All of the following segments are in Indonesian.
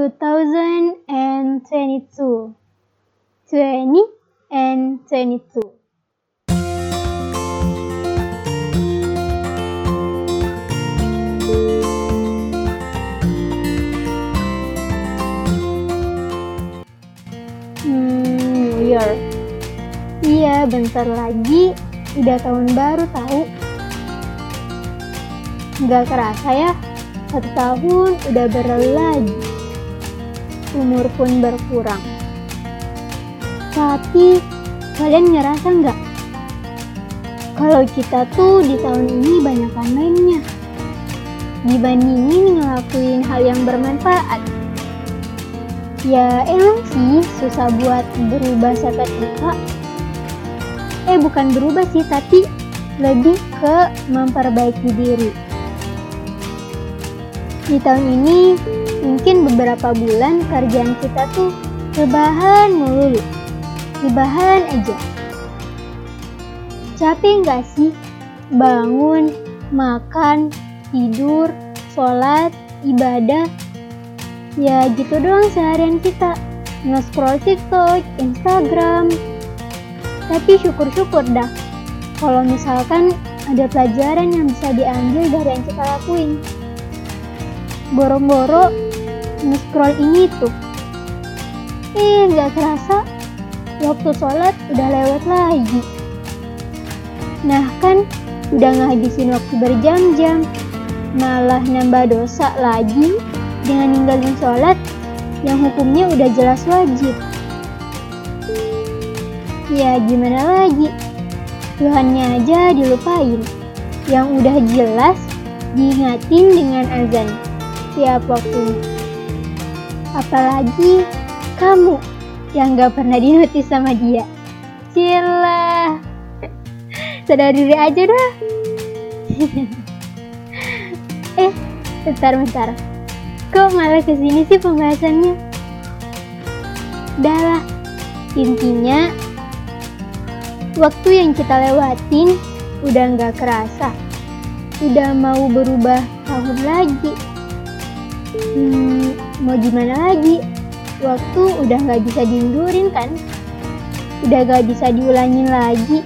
2022. 2022. New Year. Iya, bentar lagi udah tahun baru tahu. Nggak kerasa ya, 1 tahun udah berlalu lagi. Umur pun berkurang. Tapi kalian ngerasa nggak? Kalau kita tuh di tahun ini banyakan mainnya dibandingin ngelakuin hal yang bermanfaat. Ya emang sih susah buat berubah seketika. Bukan berubah sih, tapi lebih ke memperbaiki diri. Di tahun ini mungkin beberapa bulan kerjaan kita tuh rebahan melulu. Rebahan aja. Capek nggak sih? Bangun, makan, tidur, sholat, ibadah. Ya gitu doang seharian kita. Nge-scroll TikTok, Instagram. Tapi syukur-syukur dah kalau misalkan ada pelajaran yang bisa diambil dari yang kita lakuin. Boro-boro nge-scroll ini tuh. Gak kerasa waktu sholat udah lewat lagi. Nah kan udah ngabisin waktu berjam-jam, malah nambah dosa lagi dengan ninggalin sholat yang hukumnya udah jelas wajib. Ya gimana lagi, Tuhannya aja dilupain, yang udah jelas diingatin dengan azan tiap waktunya. Apalagi kamu yang gak pernah dinotis sama dia. Cilah, sadar diri aja dah. Bentar. Kok malah kesini sih pembahasannya? Udah lah, intinya waktu yang kita lewatin udah gak kerasa. Udah mau berubah tahun lagi. Mau gimana lagi? Waktu udah gak bisa diundurin kan? Udah gak bisa diulangin lagi.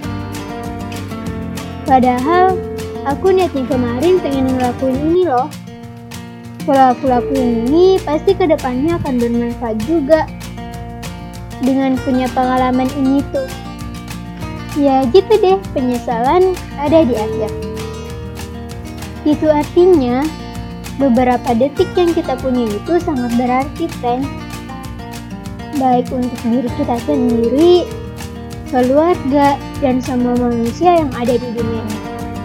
Padahal aku niatnya kemarin pengen ngelakuin ini loh. Kalau aku lakuin ini pasti kedepannya akan bermanfaat juga. Dengan punya pengalaman ini tuh. Ya gitu deh, penyesalan ada di akhir. Itu artinya beberapa detik yang kita punya itu sangat berarti, friend. Baik untuk diri kita sendiri, keluarga, dan semua manusia yang ada di dunia ini.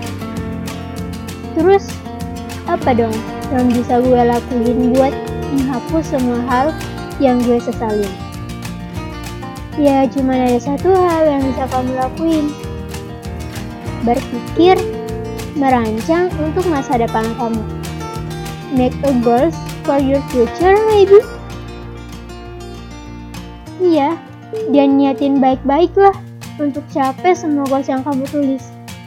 Terus, apa dong yang bisa gue lakuin buat menghapus semua hal yang gue sesalin? Ya, cuma ada satu hal yang bisa kamu lakuin. Berpikir, merancang untuk masa depan kamu. Make a goals for your future, maybe. Iya, dan niatin baik-baik lah untuk capai semua goals yang kamu tulis.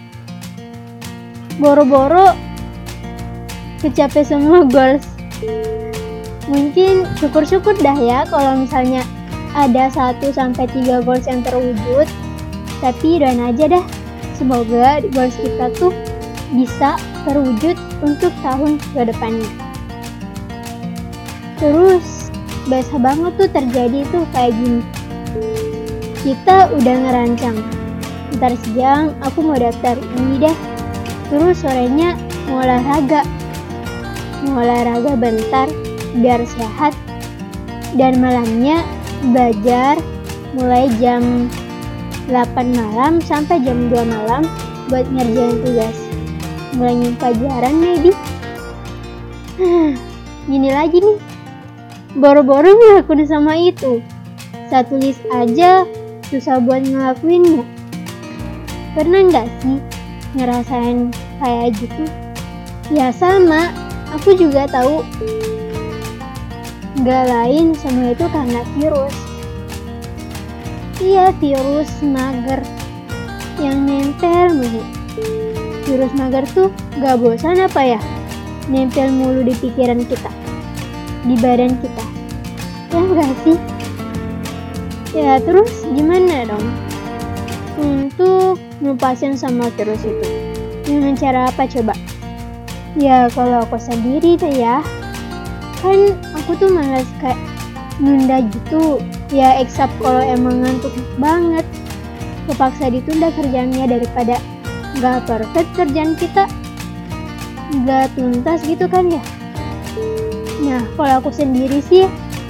Boro-boro kecapai semua goals. Mungkin syukur-syukur dah ya kalau misalnya ada 1-3 goals yang terwujud. Tapi doain aja dah, semoga goals kita tuh bisa terwujud untuk tahun ke depannya. Terus biasa banget tuh terjadi tuh kayak gini. Kita udah ngerancang, ntar siang aku mau daftar ini deh. Terus sorenya mau olahraga bentar biar sehat. Dan malamnya belajar mulai jam 8 malam sampai jam 2 malam buat ngerjain tugas. Mulai pelajaran maybe. Gini lagi nih, boro-boro ngelakuin sama itu. Satu list aja susah buat ngelakuinnya. Pernah gak sih ngerasain kayak gitu? Ya sama, aku juga tahu. Gak lain semua itu karena virus. Iya, virus mager yang nempel mulu. Virus mager tuh gak bosan apa ya? Nempel mulu di pikiran kita, di badan kita. gak sih? Ya terus gimana dong untuk ngelupasin semua terus itu? Dengan cara apa coba? Ya kalau aku sendiri tuh ya, kan aku tuh malas kayak nunda gitu. Ya except kalau emang ngantuk banget, kepaksa ditunda kerjaannya daripada gak perfect kerjaan kita, gak tuntas gitu kan ya. Nah kalau aku sendiri sih,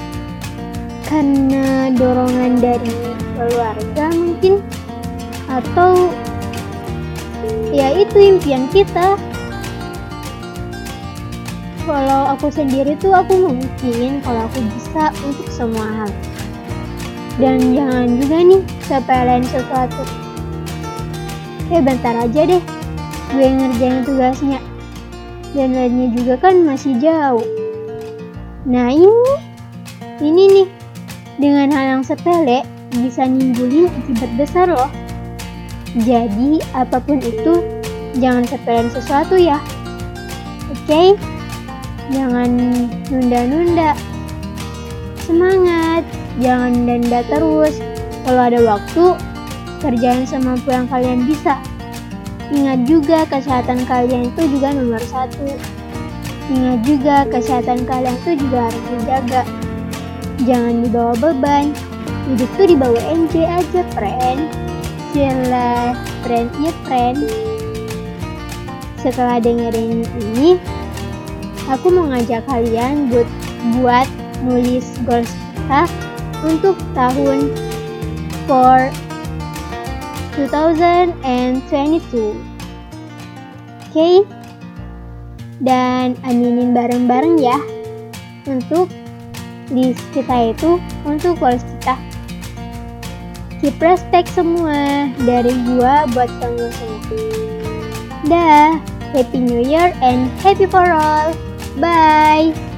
karena dorongan dari keluarga mungkin, atau ya itu impian kita. Kalau aku sendiri tuh aku mungkin kalau aku bisa untuk semua hal, dan jangan juga nih sepelein sesuatu. Bentar aja deh gue ngerjain tugasnya, dan lainnya juga kan masih jauh. Nah ini nih, dengan hal yang sepele bisa nimbulin akibat besar loh. Jadi apapun itu jangan sepelein sesuatu ya. Oke? Jangan nunda-nunda. Semangat, jangan nunda terus. Kalau ada waktu, kerjain semampu yang kalian bisa. Ingat juga kesehatan kalian itu juga nomor 1. Ingat juga kesehatan kalian itu juga harus dijaga. Jangan dibawa beban. Hidup tuh dibawa enjoy aja, friend. Jelas, friend, ya friend. Setelah dengerin ini, aku mau ngajak kalian buat nulis goals kita untuk tahun 2022. Oke? Dan aminin bareng-bareng ya untuk list kita itu, untuk goals kita. Keep respect semua dari gua buat kamu semua. Dah, Happy New Year and happy for all. Bye.